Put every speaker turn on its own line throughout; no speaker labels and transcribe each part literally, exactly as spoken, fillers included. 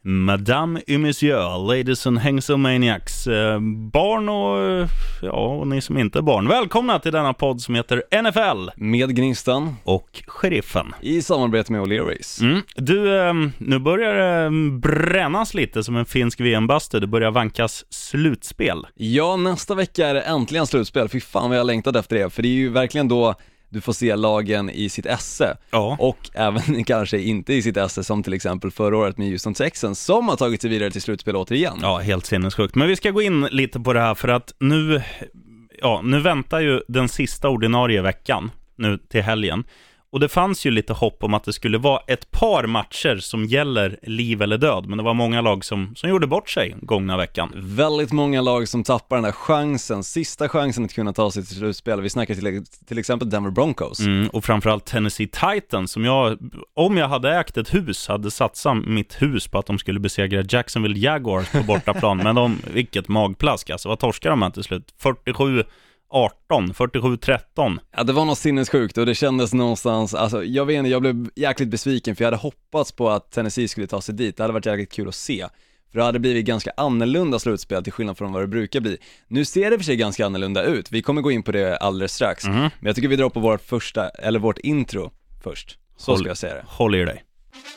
Madame et Monsieur, Ladies and Hangsamaniacs, eh, barn och, ja, och ni som inte är barn. Välkomna till denna podd som heter N F L.
Med Gnistan.
Och Sheriffen.
I samarbete med O'Learys.
Mm. Du, eh, nu börjar det brännas lite som en finsk V M-bastu. Det börjar vankas slutspel.
Ja, nästa vecka är det äntligen slutspel. Fy fan vad jag längtat efter det. För det är ju verkligen då du får se lagen i sitt esse.
Ja.
Och även kanske inte i sitt esse, som till exempel förra året med Houston Texans, som har tagit sig vidare till slutspel återigen.
Ja, helt sinnessjukt. Men vi ska gå in lite på det här för att nu, ja, nu väntar ju den sista ordinarie veckan nu till helgen. Och det fanns ju lite hopp om att det skulle vara ett par matcher som gäller liv eller död. Men det var många lag som, som gjorde bort sig gångna veckan.
Väldigt många lag som tappar den där chansen, sista chansen att kunna ta sig till slutspel. Vi snackar till, till exempel Denver Broncos.
Mm, och framförallt Tennessee Titans, som jag, om jag hade ägt ett hus, hade satsat mitt hus på att de skulle besegra Jacksonville Jaguars på bortaplan. Men de, vilket magplask, alltså vad torskar de här till slut? fyrtiosju arton, fyrtiosju tretton.
Ja, det var något sinnessjukt och det kändes någonstans, alltså jag vet inte, jag blev jäkligt besviken för jag hade hoppats på att Tennessee skulle ta sig dit. Det hade varit jäkligt kul att se. För det hade blivit ganska annorlunda slutspel till skillnad från vad det brukar bli. Nu ser det för sig ganska annorlunda ut. Vi kommer gå in på det alldeles strax. Mm. Men jag tycker vi drar på vårt första, eller vårt intro först. Så
håll,
ska jag säga det.
Håll i dig.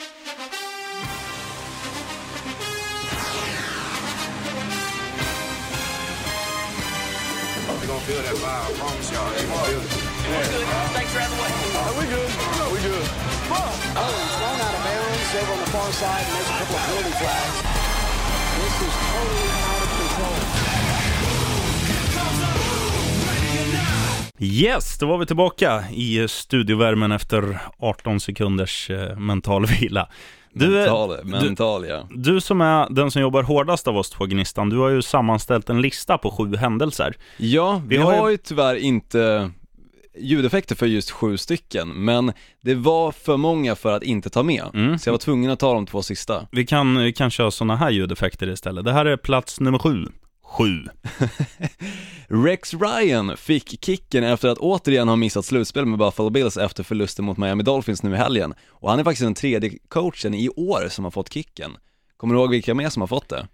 Feel that vibe, I promise y'all. They gonna feel it.
We're good. Thanks for having me.
Are we good? Yeah, we good.
Oh, he's thrown out of bounds over on the far side, and there's a couple of penalty flags. This is totally out of control.
Yes, då var vi tillbaka i studiovärmen efter arton sekunders eh, mental vila. Du,
mental, mental, ja.
Du, du som är den som jobbar hårdast av oss två Gnistan, du har ju sammanställt en lista på sju händelser.
Ja, vi, vi har, har ju tyvärr inte ljudeffekter för just sju stycken, men det var för många för att inte ta med. Mm. Så jag var tvungen att ta de två sista.
Vi kan, vi kan köra såna här ljudeffekter istället. Det här är plats nummer sju. Sju.
Rex Ryan fick kicken efter att återigen ha missat slutspel med Buffalo Bills efter förlusten mot Miami Dolphins nu i helgen. Och han är faktiskt den tredje coachen i år som har fått kicken. Kommer du ihåg vilka mer som har fått det?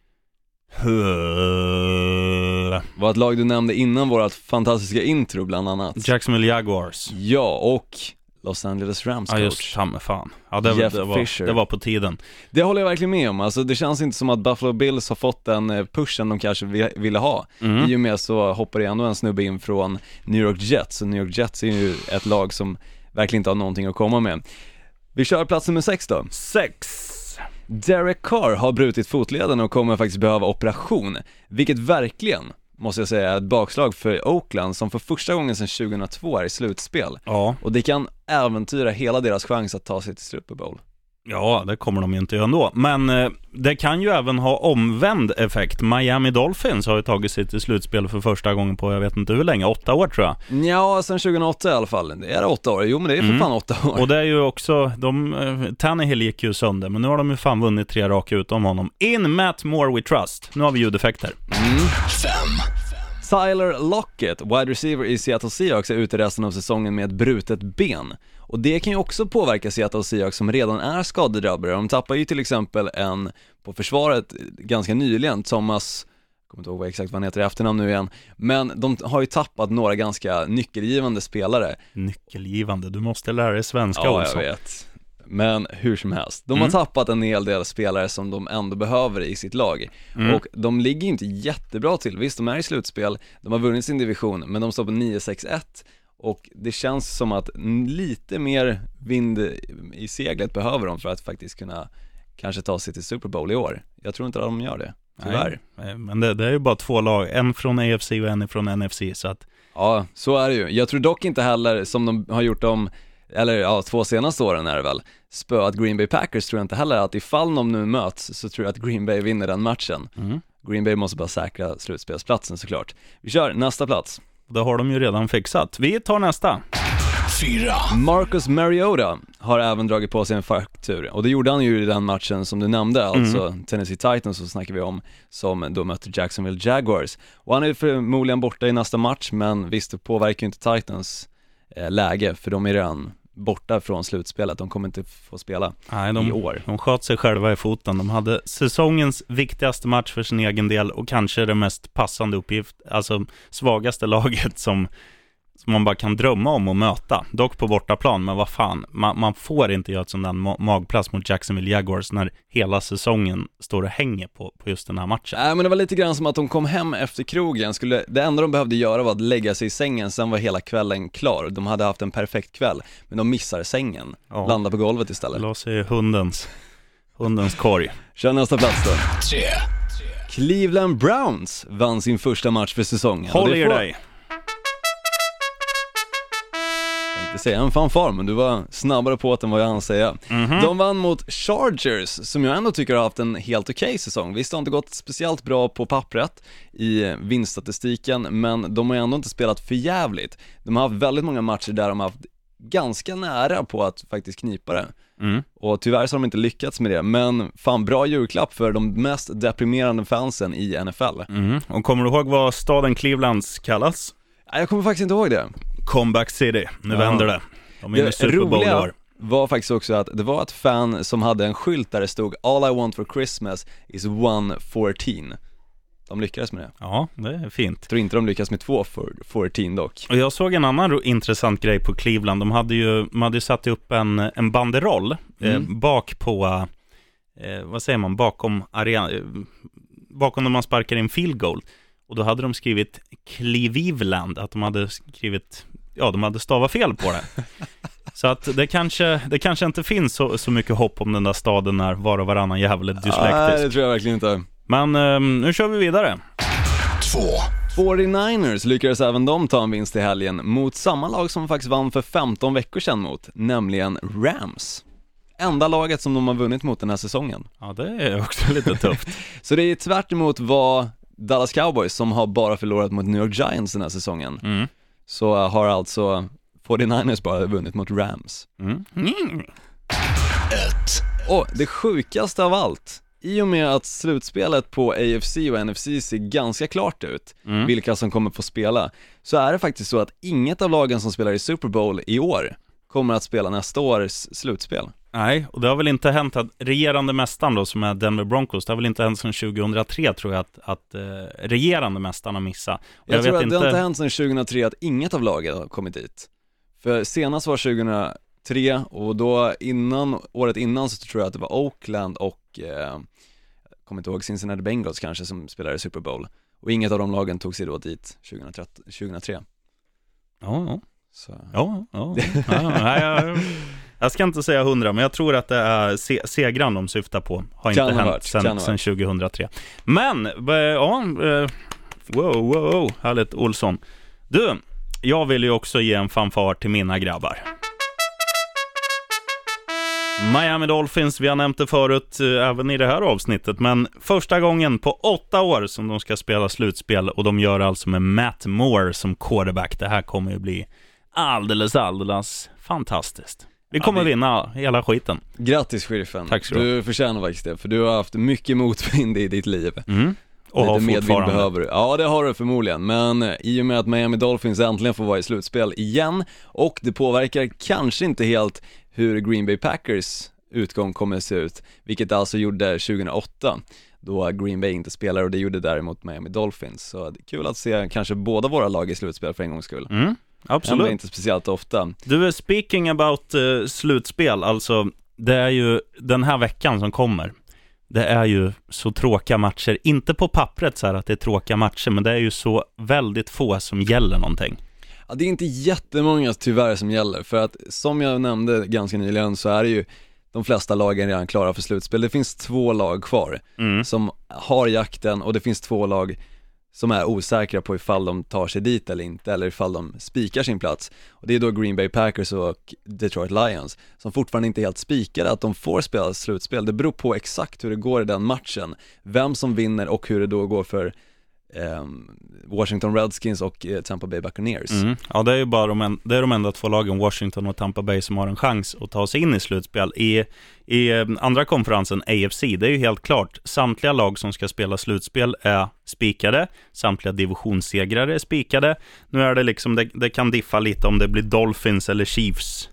Var ett lag du nämnde innan vårt fantastiska intro bland annat.
Jacksonville Jaguars.
Ja, och Los Angeles Rams coach.
Ja, just fan, fan. Ja, det,
Jeff
det, var,
Fisher.
det var på tiden.
Det håller jag verkligen med om. Alltså, det känns inte som att Buffalo Bills har fått den pushen de kanske ville ha. Mm. I och med så hoppar det ändå en snubbe in från New York Jets. Och New York Jets är ju ett lag som verkligen inte har någonting att komma med. Vi kör plats nummer sex då.
Sex.
Derek Carr har brutit fotleden och kommer faktiskt behöva operation. Vilket verkligen, måste jag säga, är ett bakslag för Oakland som för första gången sedan tjugohundratvå är i slutspel.
Ja.
Och det kan äventyra hela deras chans att ta sig till Super Bowl.
Ja, det kommer de ju inte göra ändå. Men eh, det kan ju även ha omvänd effekt. Miami Dolphins har ju tagit sig till slutspel för första gången på, jag vet inte hur länge, åtta år tror jag.
Ja, sedan tjugohundraåtta i alla fall. Det är åtta år, jo men det är för mm. fan åtta år.
Och det är ju också, de, eh, Tannehill gick ju sönder, men nu har de ju fan vunnit tre raka utom honom. In Matt Moore we trust. Nu har vi ljudeffekter.
Mm. Fem. Tyler Lockett, wide receiver i Seattle Seahawks, är ute resten av säsongen med ett brutet ben. Och det kan ju också påverka Seattle Seahawks som redan är skadedrabbade. De tappar ju till exempel en på försvaret ganska nyligen, Thomas, jag kommer inte ihåg exakt vad han heter i efternamn nu igen, men de har ju tappat några ganska nyckelgivande spelare.
Nyckelgivande, du måste lära dig svenska
ja,
också.
Ja, jag vet. Men hur som helst, de
mm.
har tappat en hel del spelare som de ändå behöver i sitt lag. Mm. Och de ligger inte jättebra till. Visst, de är i slutspel, de har vunnit sin division, men de står på nio sex ett. Och det känns som att lite mer vind i seglet behöver de för att faktiskt kunna kanske ta sig till Super Bowl i år. Jag tror inte att de gör det, tyvärr.
Nej, men det, det är ju bara två lag, en från A F C och en från N F C, så att...
Ja, så är det ju. Jag tror dock inte heller, som de har gjort om, eller ja, två senaste åren är det väl, spöat Green Bay Packers, tror jag inte heller att ifall de nu möts så tror jag att Green Bay vinner den matchen. Mm. Green Bay måste bara säkra slutspelsplatsen såklart. Vi kör nästa plats.
Det har de ju redan fixat. Vi tar nästa.
Fyra. Marcus Mariota har även dragit på sig en fraktur. Och det gjorde han ju i den matchen som du nämnde. Alltså mm. Tennessee Titans, så snackar vi om, som då mötte Jacksonville Jaguars. Och han är förmodligen borta i nästa match. Men visst, det påverkar ju inte Titans eh, läge, för de är redan borta från slutspelet. De kommer inte få spela
Nej, de,
i år.
De sköt sig själva i foten. De hade säsongens viktigaste match för sin egen del och kanske det mest passande uppgift, alltså svagaste laget som, som man bara kan drömma om att möta. Dock på bortaplan, men vad fan, man, man får inte göra ett sån där ma- magplats mot Jacksonville Jaguars när hela säsongen står och hänger på, på just den här matchen.
Nej, men det var lite grann som att de kom hem efter krogen. Skulle, det enda de behövde göra var att lägga sig i sängen, sen var hela kvällen klar. De hade haft en perfekt kväll, men de missar sängen.
Ja.
Landar på golvet istället.
La sig i hundens, hundens korg.
Kör nästa plats då.
Tre.
Cleveland Browns vann sin första match för säsongen.
Håll
Och det
er
får-
dig.
Jag säga en fanfar, men du var snabbare på att än vad jag hann säga.
Mhm.
De vann mot Chargers, som jag ändå tycker har haft en helt okej säsong. Visst, det har inte gått speciellt bra på pappret i vinststatistiken, men de har ändå inte spelat för jävligt. De har haft väldigt många matcher där de har haft ganska nära på att faktiskt knipa det.
Mm.
Och tyvärr så har de inte lyckats med det, men fan, bra julklapp för de mest deprimerande fansen i N F L.
Mm. Och kommer du ihåg vad staden Clevelands kallas?
Nej, jag kommer faktiskt inte ihåg det.
Comeback City. Nu
Ja.
vänder det. De är inne i
Det
Super Bowl i
roliga
år.
var faktiskt också att det var ett fan som hade en skylt där det stod All I want for Christmas is one fourteen. De lyckades med det.
Ja, det är fint.
Jag tror inte de lyckas med två för fourteen dock.
Och jag såg en annan ro- intressant grej på Cleveland. De hade ju, de hade ju satt upp en, en banderoll eh,
Mm.
bak på, eh, vad säger man, bakom arena, eh, bakom när man sparkar in field goal. Och då hade de skrivit Cleveland, att de hade skrivit, ja, de hade stavat fel på det. Så att det kanske, det kanske inte finns så, så mycket hopp om den där staden när var och varannan jävel är
Nej,
dyslektisk.
det tror jag verkligen inte.
Men eh, nu kör vi vidare.
Två.
fyrtionioers lyckades även de ta en vinst i helgen mot samma lag som faktiskt vann för femton veckor sedan mot, nämligen Rams. Enda laget som de har vunnit mot den här säsongen.
Ja, det är också lite tufft.
Så det är tvärt emot vad Dallas Cowboys, som har bara förlorat mot New York Giants den här säsongen,
Mm.
så har alltså fyrtionioers bara vunnit mot Rams.
Mm. Mm.
Ett.
Och det sjukaste av allt, i och med att slutspelet på A F C och N F C ser ganska klart ut,
Mm.
vilka som kommer få spela, så är det faktiskt så att inget av lagen som spelar i Super Bowl i år kommer att spela nästa års slutspel.
Nej, och det har väl inte hänt att regerande mästaren då, som är Denver Broncos, det har väl inte hänt sedan tjugohundratre, tror jag, att, att eh, regerande mästaren har missat. Och
Jag, tror
vet
att det har inte hänt sedan tjugohundratre att inget av lagen har kommit dit. För senast var tjugohundratre, och då innan, året innan så tror jag att det var Oakland och eh, jag kommer inte ihåg, Cincinnati Bengals kanske, som spelade i Super Bowl. Och inget av de lagen tog sig då dit tjugohundratre.
Ja, ja.
Så.
Ja, ja, ja, nej, jag, jag ska inte säga hundra, men jag tror att det är se, segran de syftar på. Har
Kan
inte
ha
hänt
varit,
sen,
kan ha
sen
varit.
tjugohundratre. Men, eh, ja, eh, wow, wow, wow, härligt Olsson. Du, jag vill ju också ge en fanfar till mina grabbar. Miami Dolphins, vi har nämnt det förut eh, även i det här avsnittet, men första gången på åtta år som de ska spela slutspel, och de gör alltså med Matt Moore som quarterback. Det här kommer ju bli alldeles, alldeles fantastiskt. Vi kommer
Ja, vi-
vinna hela skiten.
Grattis, sheriffen.
Tack så du
Du förtjänar faktiskt det, för du har haft mycket motvind i ditt liv.
Mm. Och har
Lite medvind
fortfarande.
behöver du. Ja, det har du förmodligen. Men i och med att Miami Dolphins äntligen får vara i slutspel igen, och det påverkar kanske inte helt hur Green Bay Packers utgång kommer att se ut, vilket alltså gjorde tjugohundraåtta, då Green Bay inte spelar, och det gjorde däremot Miami Dolphins. Så det är kul att se kanske båda våra lag i slutspel för en gångs skull.
Mm.
Händer
Absolut.
inte speciellt ofta.
Du är speaking about uh, slutspel, alltså det är ju den här veckan som kommer. Det är ju så tråkiga matcher, inte på pappret så här att det är tråkiga matcher, men det är ju så väldigt få som gäller någonting.
Ja, det är inte jättemånga tyvärr som gäller, för att som jag nämnde ganska nyligen så är det ju de flesta lagen redan klara för slutspel. Det finns två lag kvar
Mm.
som har jakten, och det finns två lag som är osäkra på ifall de tar sig dit eller inte, eller ifall de spikar sin plats. Och det är då Green Bay Packers och Detroit Lions som fortfarande inte är helt spikade att de får spela slutspel. Det beror på exakt hur det går i den matchen, vem som vinner och hur det då går för eh, Washington Redskins och eh, Tampa Bay Buccaneers.
Mm. Ja, det är ju bara de, en, det är de enda två lagen, Washington och Tampa Bay, som har en chans att ta sig in i slutspel. I, i eh, andra konferensen, A F C, det är ju helt klart, samtliga lag som ska spela slutspel är spikade, samtliga divisionssegrare är spikade. Nu är det liksom, det, det kan diffa lite om det blir Dolphins eller Chiefs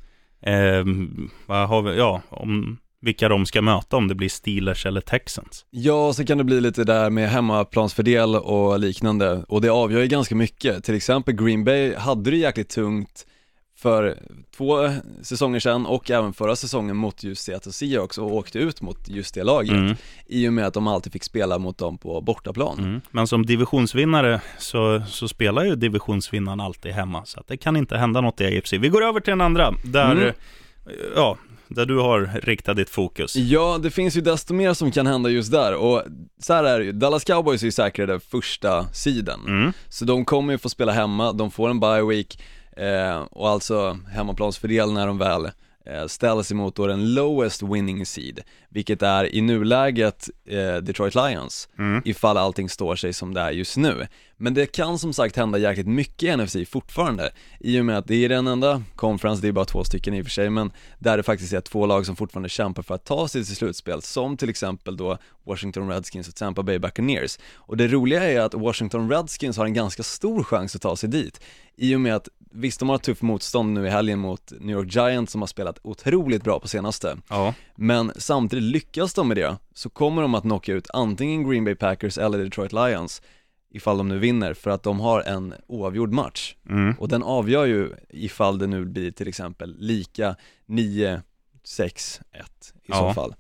Eh, vad har vi? Ja, om vilka de ska möta, om det blir Steelers eller Texans.
Ja, så kan det bli lite där med hemmaplansfördel och liknande, och det avgör ju ganska mycket. Till exempel Green Bay hade det jäkligt tungt för två säsonger sedan och även förra säsongen mot just Seattle Seahawks och åkte ut mot just det laget mm. i och med att de alltid fick spela mot dem på bortaplan.
Mm. Men som divisionsvinnare så, så spelar ju divisionsvinnaren alltid hemma, så att det kan inte hända något i A F C. Vi går över till den andra där, mm. ja, där du har riktat ditt fokus.
Ja, det finns ju desto mer som kan hända just där, och så här är det ju, Dallas Cowboys är ju säkrade första sidan mm. så de kommer ju få spela hemma, de får en bye week. Eh, och alltså hemmaplansfördel när de väl eh, ställs emot då den lowest winning seed, vilket är i nuläget eh, Detroit Lions mm. ifall allting står sig som det är just nu. Men det kan som sagt hända jäkligt mycket i N F C fortfarande, i och med att det är den enda conference, det är bara två stycken i och för sig, men där det faktiskt är två lag som fortfarande kämpar för att ta sig till slutspel, som till exempel då Washington Redskins och Tampa Bay Buccaneers. Och det roliga är att Washington Redskins har en ganska stor chans att ta sig dit, i och med att visst, de har ett tufft motstånd nu i helgen mot New York Giants som har spelat otroligt bra på senaste.
Ja.
Men samtidigt lyckas de med det, så kommer de att knocka ut antingen Green Bay Packers eller Detroit Lions ifall de nu vinner, för att de har en oavgjord match. Mm. Och den avgör ju ifall det nu blir till exempel lika nio sex ett i ja. så fall.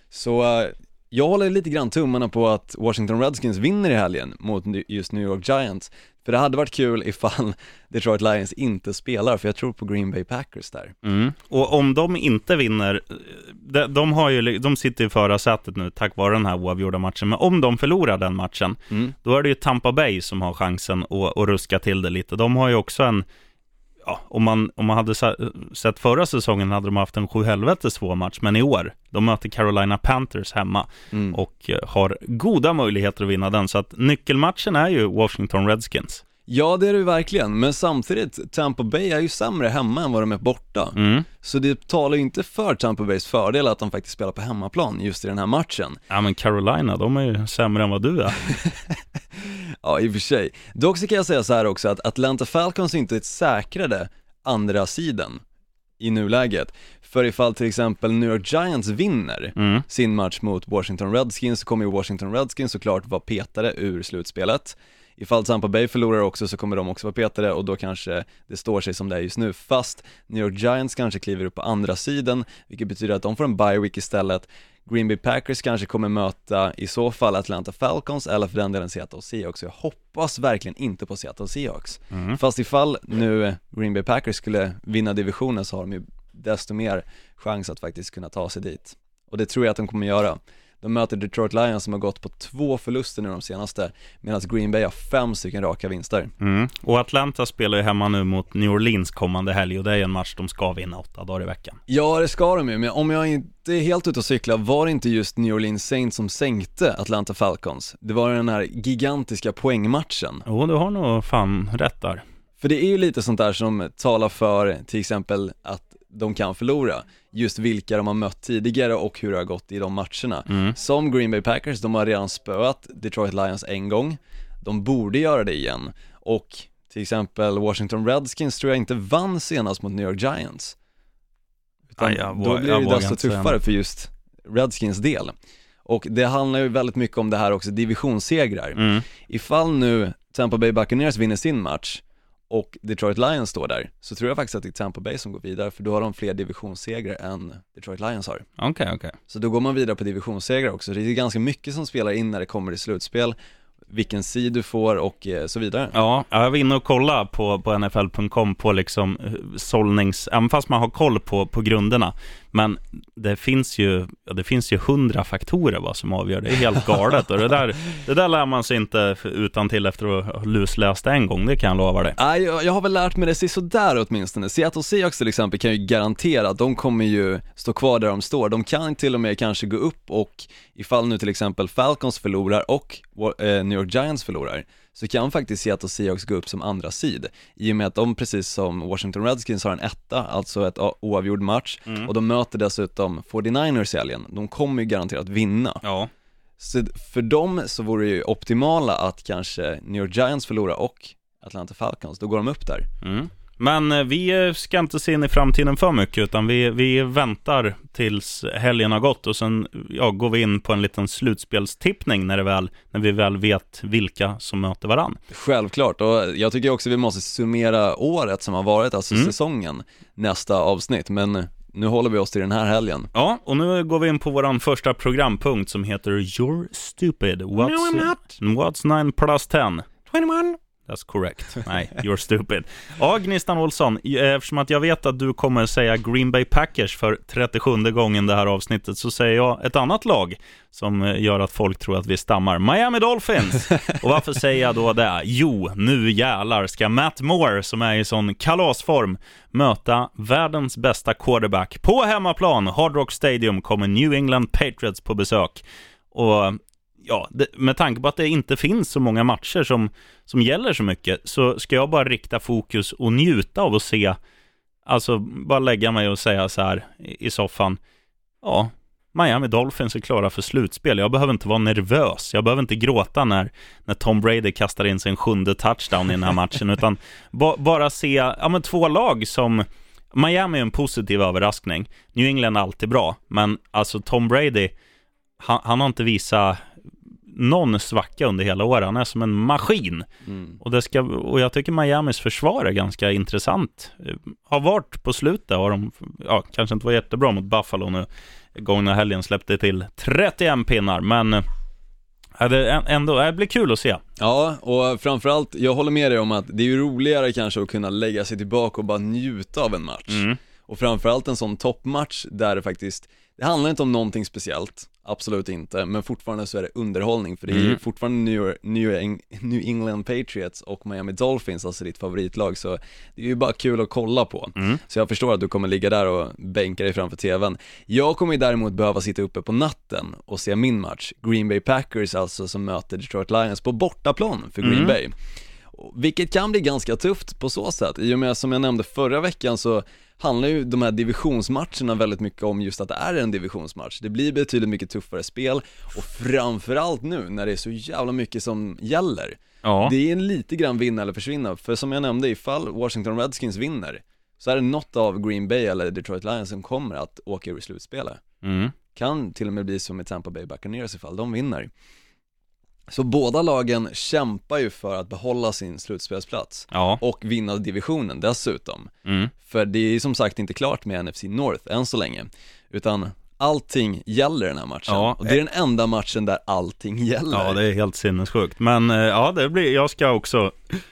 Så uh, jag håller lite grann tummarna på att Washington Redskins vinner i helgen mot just New York Giants. För det hade varit kul ifall Detroit Lions inte spelar, för jag tror på Green Bay Packers där.
Mm. Och om de inte vinner, de, de, har ju, de sitter i förarsätet nu tack vare den här oavgjorda matchen, men om de förlorar den matchen, mm. då är det ju Tampa Bay som har chansen att, att ruska till det lite. De har ju också en, ja, om man, om man hade sett förra säsongen hade de haft en sju helvetes svår match, men i år, de möter Carolina Panthers hemma mm. och har goda möjligheter att vinna den, så att nyckelmatchen är ju Washington Redskins.
Ja, det är det ju verkligen, men samtidigt Tampa Bay är ju sämre hemma än vad de är borta. Mm. Så det talar ju inte för Tampa Bays fördel att de faktiskt spelar på hemmaplan just i den här matchen.
Ja, men Carolina, de är ju sämre än vad du är.
Ja, i och för sig. Dock så kan jag säga så här också, att Atlanta Falcons inte är säkrade andra sidan i nuläget. För ifall till exempel New York Giants vinner mm. sin match mot Washington Redskins, så kommer ju Washington Redskins såklart vara petade ur slutspelet. Ifall Tampa Bay förlorar också, så kommer de också vara petade, och då kanske det står sig som det är just nu. Fast New York Giants kanske kliver upp på andra sidan, vilket betyder att de får en bye week istället. Green Bay Packers kanske kommer möta i så fall Atlanta Falcons, eller för den delen Seattle Seahawks. Jag hoppas verkligen inte på Seattle Seahawks. Mm. Fast ifall nu Green Bay Packers skulle vinna divisionen, så har de ju desto mer chans att faktiskt kunna ta sig dit. Och det tror jag att de kommer göra. De möter Detroit Lions som har gått på två förluster nu de senaste, medan Green Bay har fem stycken raka vinster.
Mm. Och Atlanta spelar ju hemma nu mot New Orleans kommande helg, och det är en match de ska vinna åtta dagar i veckan.
Ja, det ska de ju, men om jag inte är helt ute och cykla, var det inte just New Orleans Saints som sänkte Atlanta Falcons? Det var den här gigantiska poängmatchen.
Jo, du har nog fan rätt där.
För det är ju lite sånt där som talar för till exempel att de kan förlora, just vilka de har mött tidigare och hur det har gått i de matcherna. Mm. Som Green Bay Packers, de har redan spöat Detroit Lions en gång. De borde göra det igen. Och till exempel Washington Redskins tror jag inte vann senast mot New York Giants. Utan ah, ja, då blir det desto tuffare för just Redskins del. Och det handlar ju väldigt mycket om det här också, divisionssegrar. Mm. Ifall nu Tampa Bay Buccaneers vinner sin match och Detroit Lions står där, så tror jag faktiskt att det är Tampa Bay som går vidare, för då har de fler divisionssegrar än Detroit Lions har.
Okej, okay, okej. Okay.
Så då går man vidare på divisionssegrar också. Det är ganska mycket som spelar in när det kommer till slutspel, vilken sid du får och så vidare.
Ja, jag var inne och kolla på, på N F L punkt com på liksom sållnings, även fast man har koll på, på grunderna. Men det finns ju ja, det finns ju hundra faktorer vad som avgör. Det är helt galet. Och det där, det där lär man sig inte utan till efter att ha lusläst en gång, det kan jag lova dig.
Nej, jag, jag har väl lärt mig det så där åtminstone. Seattle Seahawks till exempel kan ju garantera att de kommer ju stå kvar där de står. De kan till och med kanske gå upp, och ifall nu till exempel Falcons förlorar och eh, New York Giants förlorar, så kan faktiskt Seattle Seahawks gå upp som andra sid, i och med att de precis som Washington Redskins har en etta, alltså ett oavgjord match, mm. och de möter dessutom fyrtionioers i helgen. De kommer ju garanterat vinna.
Ja.
Så för dem så vore det ju optimala att kanske New York Giants förlorar och Atlanta Falcons, då går de upp där.
Mm. Men eh, vi ska inte se in i framtiden för mycket, utan vi, vi väntar tills helgen har gått och sen ja, går vi in på en liten slutspelstippning när, det väl, när vi väl vet vilka som möter varann.
Självklart, och jag tycker också vi måste summera året som har varit, alltså mm. säsongen, nästa avsnitt, men nu håller vi oss till den här helgen.
Ja, och nu går vi in på våran första programpunkt som heter You're Stupid. What's,
no, I'm not.
What's nine plus ten?
tjugoett.
That's correct. Nej, you're stupid. Ja, Gnistan Olsson, eftersom att jag vet att du kommer säga Green Bay Packers för trettiosjunde gången det här avsnittet, så säger jag ett annat lag som gör att folk tror att vi stammar. Miami Dolphins. Och varför säger jag då det? Jo, nu jävlar ska Matt Moore, som är i sån kalasform, möta världens bästa quarterback. På hemmaplan, Hard Rock Stadium, kommer New England Patriots på besök. Och ja, det, med tanke på att det inte finns så många matcher som, som gäller så mycket, så ska jag bara rikta fokus och njuta av att se, alltså bara lägga mig och säga så här i, i soffan, ja, Miami Dolphins är klara för slutspel. Jag behöver inte vara nervös, jag behöver inte gråta när, när Tom Brady kastar in sin sjunde touchdown i den här matchen, utan ba, bara se ja, men två lag som Miami är en positiv överraskning, New England är alltid bra, men alltså Tom Brady, han, han har inte visat någon svacka under hela året. Han är som en maskin. Mm. Och, det ska, och jag tycker Miamis försvar är ganska intressant. Har varit på slutet. Har de, ja, kanske inte var jättebra mot Buffalo nu. Gångna helgen släppte till trettioen pinnar. Men ja, det, ändå, det blir kul att se.
Ja, och framförallt, jag håller med dig om att det är ju roligare kanske att kunna lägga sig tillbaka och bara njuta av en match. Mm. Och framförallt en sån toppmatch där det faktiskt, det handlar inte om någonting speciellt, absolut inte, men fortfarande så är det underhållning, för det är ju mm. fortfarande New, York, New, Eng, New England Patriots och Miami Dolphins, alltså ditt favoritlag, så det är ju bara kul att kolla på. Mm. Så jag förstår att du kommer ligga där och bänka dig framför tvn. Jag kommer ju däremot behöva sitta uppe på natten och se min match, Green Bay Packers alltså, som möter Detroit Lions på bortaplan för Green mm. Bay. Vilket kan bli ganska tufft på så sätt, i och med som jag nämnde förra veckan så handlar ju de här divisionsmatcherna väldigt mycket om just att det är en divisionsmatch. Det blir betydligt mycket tuffare spel, och framförallt nu när det är så jävla mycket som gäller. Ja. Det är en lite grann vinna eller försvinna, för som jag nämnde, ifall Washington Redskins vinner så är det något av Green Bay eller Detroit Lions som kommer att åka ur slutspelet. Mm. Kan till och med bli som med Tampa Bay Buccaneers ifall de vinner. Så båda lagen kämpar ju för att behålla sin slutspelsplats, ja, och vinna divisionen dessutom. Mm. För det är som sagt inte klart med N F C North än så länge, utan allting gäller den här matchen. Ja. Och det är den enda matchen där allting gäller.
Ja, det är helt sinnessjukt. Men ja, det blir, jag ska också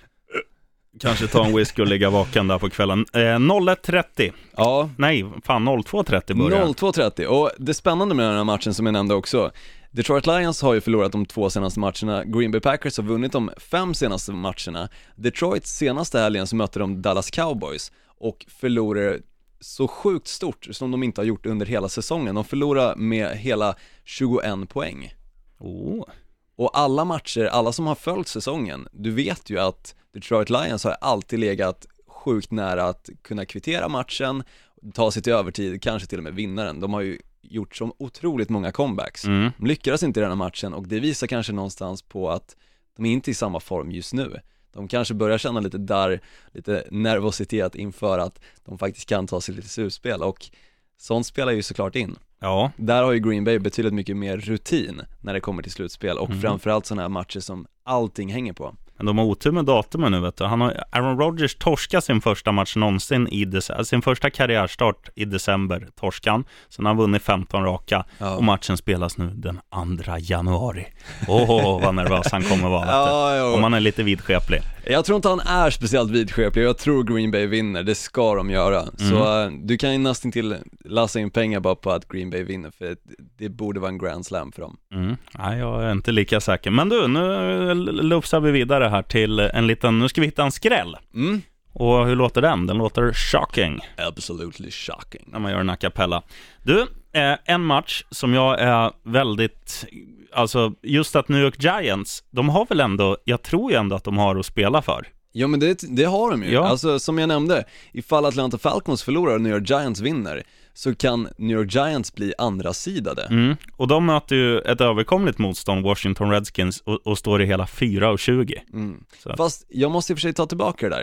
kanske ta en whisky och ligga vaken där på kvällen. eh, noll ett trettio. Ja. Nej, fan noll två trettio börjar.
noll två trettio. Och det spännande med den här matchen som jag nämnde också, Detroit Lions har ju förlorat de två senaste matcherna. Green Bay Packers har vunnit de fem senaste matcherna. Detroit senaste helgen så mötte de Dallas Cowboys och förlorade så sjukt stort som de inte har gjort under hela säsongen. De förlorade med hela tjugoen poäng. Oh. Och alla matcher, alla som har följt säsongen, du vet ju att Detroit Lions har alltid legat sjukt nära att kunna kvittera matchen, ta sig till övertid, kanske till och med vinna den. De har ju gjort så otroligt många comebacks. Mm. De lyckades inte i den här matchen, och det visar kanske någonstans på att de är inte i samma form just nu. De kanske börjar känna lite där, lite nervositet inför att de faktiskt kan ta sig lite slutspel, och sånt spelar ju såklart in. Ja. Där har ju Green Bay betydligt mycket mer rutin när det kommer till slutspel, och mm. framförallt sådana här matcher som allting hänger på.
Men de har otur med datumen nu, vet du. Han har, Aaron Rodgers torskade sin första match någonsin i december, sin första karriärstart i december torskan. Sen har han vunnit femton raka, ja. Och matchen spelas nu den andra januari. Åh, oh, vad nervös han kommer vara. Ja, ja. Om han är lite vidskeplig.
Jag tror inte han är speciellt vidskeplig. Jag tror Green Bay vinner, det ska de göra. Mm. Så uh, du kan ju nästan till lassa in pengar bara på att Green Bay vinner, för det borde vara en grand slam för dem.
Mm. Nej, jag är inte lika säker. Men du, nu lufsar vi vidare här till en liten, nu ska vi hitta en skräll. Mm. Och hur låter den? Den låter shocking.
Absolutely shocking.
När man gör en a cappella. Du, eh, en match som jag är väldigt, alltså just att New York Giants, de har väl ändå, jag tror ju ändå att de har att spela för.
Ja, men det, det har de ju. Ja. Alltså som jag nämnde, ifall Atlanta Falcons förlorar och New York Giants vinner, så kan New York Giants bli andra sidade.
Mm. Och de möter ju ett överkomligt motstånd, Washington Redskins, och, och står i hela fyra och tjugo.
Mm. Fast jag måste i och för sig ta tillbaka det där.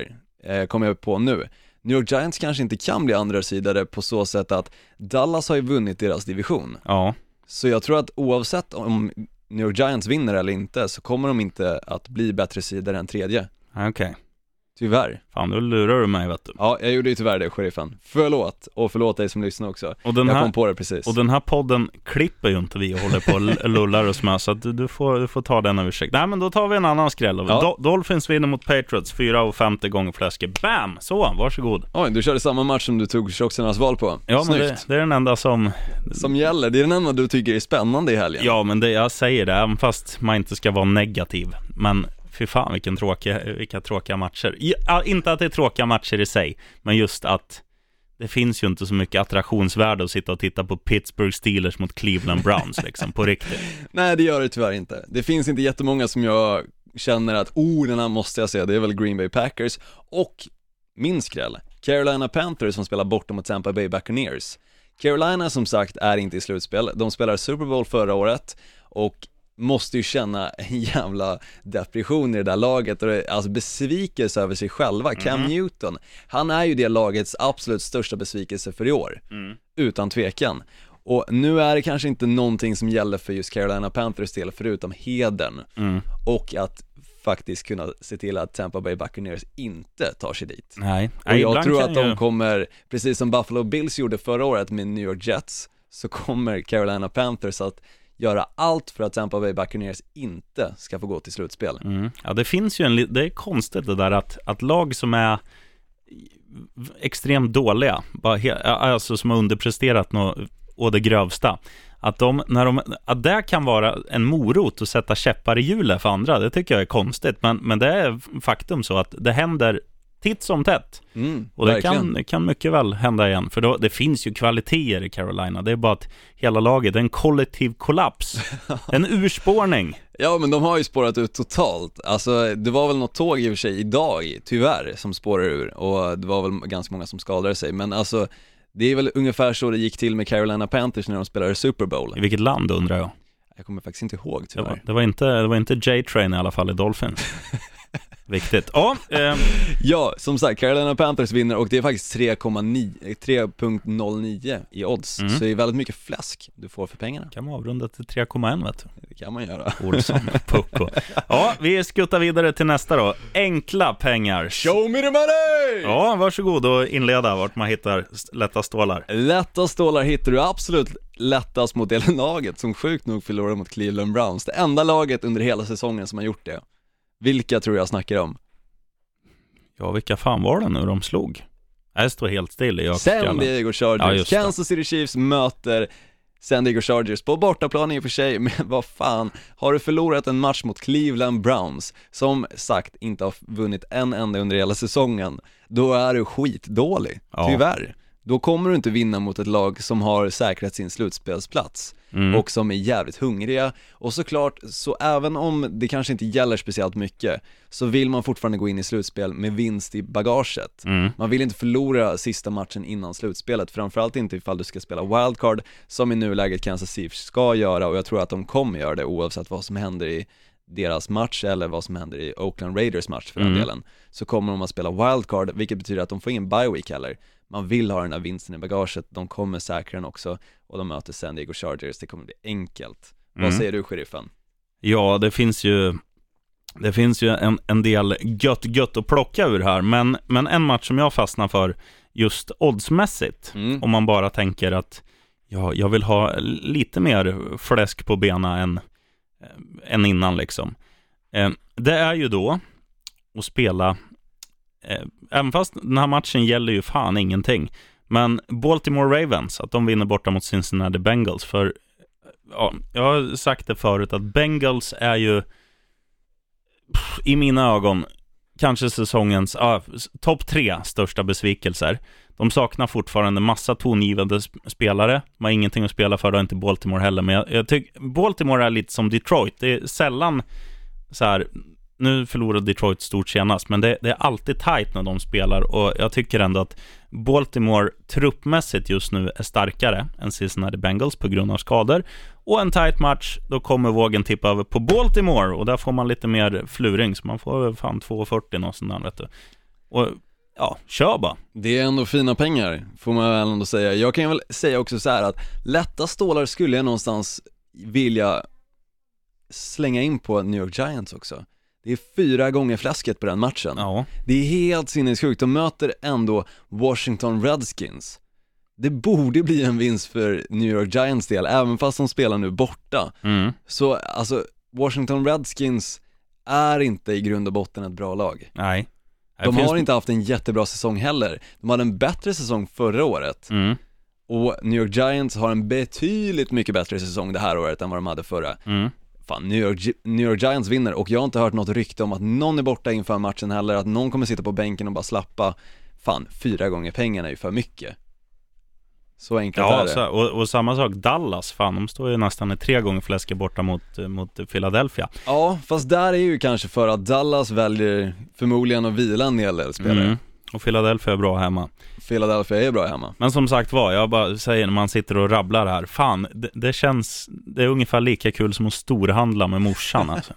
eh, kommer jag på nu. New York Giants kanske inte kan bli andra sidare på så sätt att Dallas har ju vunnit deras division.
Ja.
Så jag tror att oavsett om New York Giants vinner eller inte så kommer de inte att bli bättre sidare än tredje.
Okej. Okay.
Tyvärr.
Fan, då lurar du mig, vet du.
Ja, jag gjorde ju tyvärr det, sheriffen. Förlåt, och förlåt dig som lyssnar också.
Och den
jag
här,
kom på det precis.
Och den här podden klipper ju inte vi och håller på och lullar oss med, så att du, du, får, du får ta den av ursäkt. Nej, men då tar vi en annan skräll. Ja. Do- Dolphins vinner mot Patriots, fyra och femtio gånger fläsket. Bam! Så, varsågod.
Oj, du körde samma match som du tog Tjocksernas val på.
Ja,
Snyggt.
men det, det är den enda som...
Som gäller, det är den enda du tycker är spännande i helgen.
Ja, men det, jag säger det, även fast man inte ska vara negativ. Men... Fy fan, vilken tråkiga, vilka tråkiga matcher. Ja, inte att det är tråkiga matcher i sig, men just att det finns ju inte så mycket attraktionsvärde att sitta och titta på Pittsburgh Steelers mot Cleveland Browns liksom, på riktigt.
Nej, det gör det tyvärr inte. Det finns inte jättemånga som jag känner att oh, den här måste jag se. Det är väl Green Bay Packers och min skräll, Carolina Panthers som spelar borta mot Tampa Bay Buccaneers. Carolina som sagt är inte i slutspel. De spelar Super Bowl förra året och måste ju känna en jävla depression i det där laget och det, alltså besvikelse över sig själva. Cam mm. Newton, han är ju det lagets absolut största besvikelse för i år, mm. utan tvekan. Och nu är det kanske inte någonting som gäller för just Carolina Panthers del förutom hedern mm. och att faktiskt kunna se till att Tampa Bay Buccaneers inte tar sig dit.
Nej.
Och jag tror att de ju... kommer, precis som Buffalo Bills gjorde förra året med New York Jets, så kommer Carolina Panthers att göra allt för att Tampa Bay Buccaneers inte ska få gå till slutspel. Mm.
Ja, det finns ju en, det är konstigt det där att, att lag som är extremt dåliga, bara he, alltså som har underpresterat något, och det grövsta, att de, när de, att det kan vara en morot att sätta käppar i hjulet för andra, det tycker jag är konstigt, men, men det är faktum så att det händer titt som tätt. Mm, och det kan, det kan mycket väl hända igen. För då, det finns ju kvaliteter i Carolina. Det är bara att hela laget är en kollektiv kollaps. En urspårning.
Ja, men de har ju spårat ut totalt. Alltså, det var väl något tåg i och för sig idag, tyvärr, som spårar ur. Och det var väl ganska många som skadade sig. Men alltså, det är väl ungefär så det gick till med Carolina Panthers när de spelade Super Bowl.
I vilket land undrar jag?
Jag kommer faktiskt inte ihåg, tyvärr.
Det var, det var inte, det var inte J-Train i alla fall i Dolphins. Viktigt. Ja, eh.
ja, som sagt, Carolina Panthers vinner och det är faktiskt tre komma noll nio i odds. Mm. Så det är väldigt mycket fläsk du får för pengarna.
Kan man avrunda till tre komma ett, vet du?
Det kan man göra.
Olsson, pucko. Ja, vi skuttar vidare till nästa då. Enkla pengar.
Show me the money!
Ja, varsågod och inleda vart man hittar lätta stålar.
Lätta stålar hittar du absolut lättast mot det laget som sjukt nog förlorar mot Cleveland Browns. Det enda laget under hela säsongen som har gjort det. Vilka tror jag snackar om?
Ja, vilka fan var det nu de slog? Jag står helt still i
San Diego Chargers. Ja, Kansas City Chiefs möter San Diego Chargers på bortaplan i och för sig. Men vad fan, har du förlorat en match mot Cleveland Browns som sagt inte har vunnit en enda under hela säsongen, då är du skitdålig, ja. Tyvärr. Då kommer du inte vinna mot ett lag som har säkrat sin slutspelsplats mm. och som är jävligt hungriga. Och såklart, så även om det kanske inte gäller speciellt mycket, så vill man fortfarande gå in i slutspel med vinst i bagaget. Mm. Man vill inte förlora sista matchen innan slutspelet, framförallt inte ifall du ska spela wildcard, som i nuläget Kansas City ska göra, och jag tror att de kommer göra det oavsett vad som händer i deras match eller vad som händer i Oakland Raiders match för mm. den delen. Så kommer de att spela wildcard, vilket betyder att de får ingen bye week heller. Man vill ha den här vinsten i bagaget, de kommer säkra den också, och de möter San Diego Chargers. Det kommer bli enkelt. Mm. Vad säger du, sheriffen?
Ja, det finns ju det finns ju en, en del gött gött att plocka ur här, men, men en match som jag fastnar för just oddsmässigt, mm. om man bara tänker att ja, jag vill ha lite mer fläsk på benen än, än innan liksom. Eh, det är ju då att spela, eh, även fast den här matchen gäller ju fan ingenting, men Baltimore Ravens, att de vinner borta mot Cincinnati Bengals. För ja, jag har sagt det förut att Bengals är ju pff, i mina ögon kanske säsongens ah, topp tre största besvikelser. De saknar fortfarande massa tongivande spelare. De har ingenting att spela för, då inte Baltimore heller. Men jag, jag tycker Baltimore är lite som Detroit. Det är sällan så här, nu förlorar Detroit stort senast, men det, det är alltid tight när de spelar, och jag tycker ändå att Baltimore truppmässigt just nu är starkare än Cincinnati Bengals på grund av skador. Och en tight match, då kommer vågen tippa över på Baltimore, och där får man lite mer fluring, så man får fan två fyrtio och sånt där, vet du. Och ja, kör bara.
Det är ändå fina pengar, får man väl ändå säga. Jag kan väl säga också så här att lätta stålar skulle jag någonstans vilja slänga in på New York Giants också. Det är fyra gånger fläsket på den matchen.
Ja.
Det är helt sinnessjukt. De möter ändå Washington Redskins. Det borde bli en vinst för New York Giants del, även fast de spelar nu borta.
Mm.
Så alltså, Washington Redskins är inte i grund och botten ett bra lag.
Nej. Det
De
finns...
har inte haft en jättebra säsong heller. De hade en bättre säsong förra året.
Mm.
Och New York Giants har en betydligt mycket bättre säsong det här året än vad de hade förra.
Mm.
Fan, New York, New York Giants vinner, och jag har inte hört något rykte om att någon är borta inför matchen heller, att någon kommer sitta på bänken och bara slappa. Fan, fyra gånger pengarna är ju för mycket. Så enkelt
ja,
är det.
Så, och, och samma sak, Dallas, fan, de står ju nästan i tre gånger fläsket borta mot, mot Philadelphia.
Ja, fast där är ju kanske för att Dallas väljer förmodligen att vila en hel del spelare.
Mm. Och Philadelphia är bra hemma.
Philadelphia är bra hemma.
Men som sagt var, jag bara säger när man sitter och rabblar här, fan, det, det känns, det är ungefär lika kul som att storhandla med morsan alltså.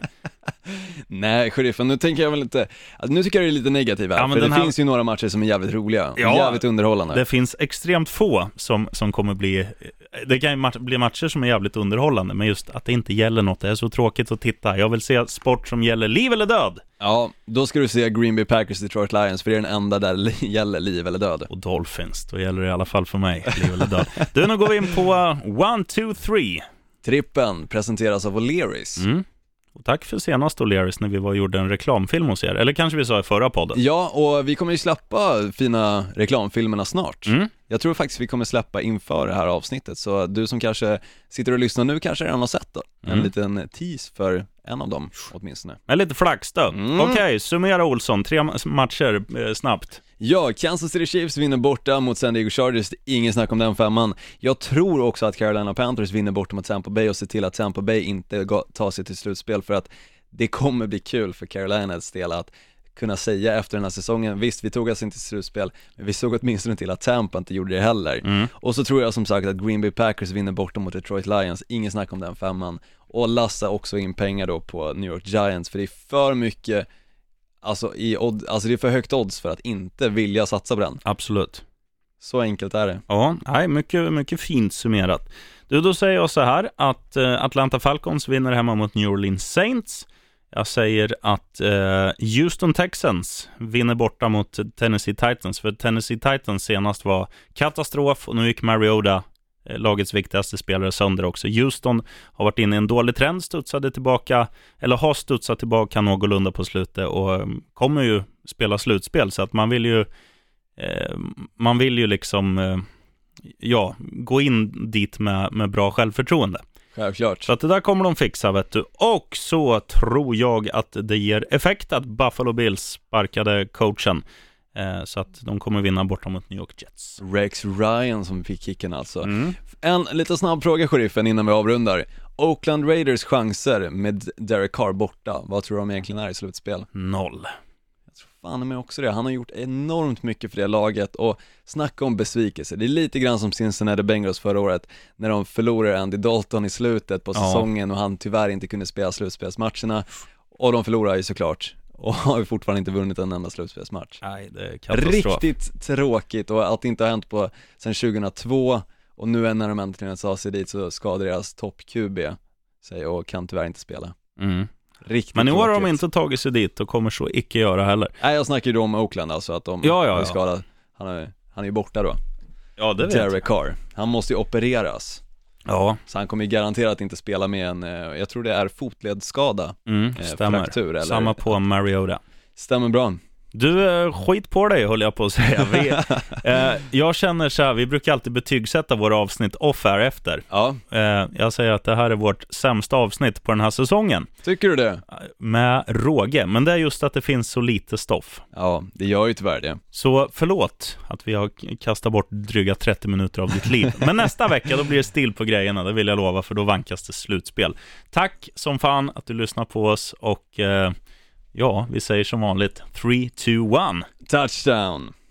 Nej, sheriffen, nu tänker jag väl inte, alltså, nu tycker jag det är lite negativt här,
Ja, men
för
den
det
här...
finns ju några matcher som är jävligt roliga och
Ja,
jävligt underhållande.
Det finns extremt få som, som kommer bli, det kan ju mat- bli matcher som är jävligt underhållande, men just att det inte gäller något, det är så tråkigt att titta. Jag vill se sport som gäller liv eller död.
Ja, då ska du se Green Bay Packers Detroit Lions, för det är den enda där det gäller liv eller död.
Och Dolphins, då gäller det i alla fall för mig, liv eller död. Du, nu går vi in på one, two, three.
Trippen presenteras av O'Learys.
Mm. Och tack för senast O'Learys när vi var och gjorde en reklamfilm hos er. Eller kanske vi sa i förra podden.
Ja, och vi kommer ju släppa fina reklamfilmerna snart.
Mm.
Jag tror faktiskt vi kommer släppa inför det här avsnittet. Så du som kanske sitter och lyssnar nu kanske redan har sett då. En
Mm.
liten tease för en av dem åtminstone.
Med lite flax då.
Mm.
Okej, okay, summera Olsson. Tre matcher eh, snabbt.
Ja, Kansas City Chiefs vinner borta mot San Diego Chargers. Ingen snack om den femman. Jag tror också att Carolina Panthers vinner borta mot Tampa Bay och ser till att Tampa Bay inte tar sig till slutspel, för att det kommer bli kul för Carolinas del att kunna säga efter den här säsongen, visst vi tog oss inte till slutspel, men vi såg åtminstone till att Tampa inte gjorde det heller.
Mm.
Och så tror jag som sagt att Green Bay Packers vinner borta mot Detroit Lions. Ingen snack om den femman. Och lassa också in pengar då på New York Giants, för det är för mycket. Alltså, i odd, alltså det är för högt odds för att inte vilja satsa på den.
Absolut.
Så enkelt är det.
Ja, nej, mycket, mycket fint summerat. Du, då säger jag så här att eh, Atlanta Falcons vinner hemma mot New Orleans Saints. Jag säger att eh, Houston Texans vinner borta mot Tennessee Titans. För Tennessee Titans senast var katastrof och nu gick Mariota, eh, lagets viktigaste spelare, sönder också. Houston har varit inne i en dålig trend, studsade tillbaka, eller har studsat tillbaka någorlunda på slutet och eh, kommer ju spela slutspel, så att man vill ju eh, man vill ju liksom eh, ja, gå in dit med, med bra självförtroende.
Självklart.
Så att det där kommer de fixa, vet du. Och så tror jag att det ger effekt att Buffalo Bills sparkade coachen. Eh, så att de kommer vinna borta mot New York Jets.
Rex Ryan som fick kicken alltså.
Mm.
En lite snabb fråga, sheriffen, innan vi avrundar. Oakland Raiders chanser med Derek Carr borta, vad tror du de egentligen är i slutspel?
Noll.
Fan med också det, han har gjort enormt mycket för det laget, och snacka om besvikelse. Det är lite grann som Cincinnati Bengals förra året när de förlorar Andy Dalton i slutet på säsongen, ja, och han tyvärr inte kunde spela slutspelsmatcherna, och de förlorar ju såklart och har ju fortfarande inte vunnit en enda slutspelsmatch.
Nej, det är katastrof.
Riktigt tråkigt, och att det inte har hänt på sedan tjugohundratvå, och nu när de äntligen sa sig dit så skadar deras topp-Q B sig och kan tyvärr inte spela.
Mm.
Riktigt
Men nu har
tråkigt.
de inte tagit sig dit och kommer så icke göra heller.
Nej, jag snackar ju då om Oakland, alltså att de
ja, ja,
är
ja.
skadade. Han är, han är ju borta då.
Ja, det vet
Derek
jag.
Carr. Han måste ju opereras.
Ja,
Så han kommer ju garanterat inte spela med en, jag tror det är fotledsskada.
mm,
eh,
stämmer.
fraktur, eller?
Samma på Mariota.
Stämmer bra.
Du, eh, skit på dig, höll jag på att säga. Vi, eh, jag känner så här, vi brukar alltid betygsätta våra avsnitt off-air efter.
Ja,
Eh, jag säger att det här är vårt sämsta avsnitt på den här säsongen.
tycker du det?
Med råge, men det är just att det finns så lite stoff.
Ja, det gör ju tyvärr det.
Så förlåt att vi har kastat bort dryga trettio minuter av ditt liv. Men nästa vecka då blir det still på grejerna, det vill jag lova, för då vankas det slutspel. Tack som fan att du lyssnar på oss, och eh, ja, vi säger som vanligt three, two, one.
Touchdown!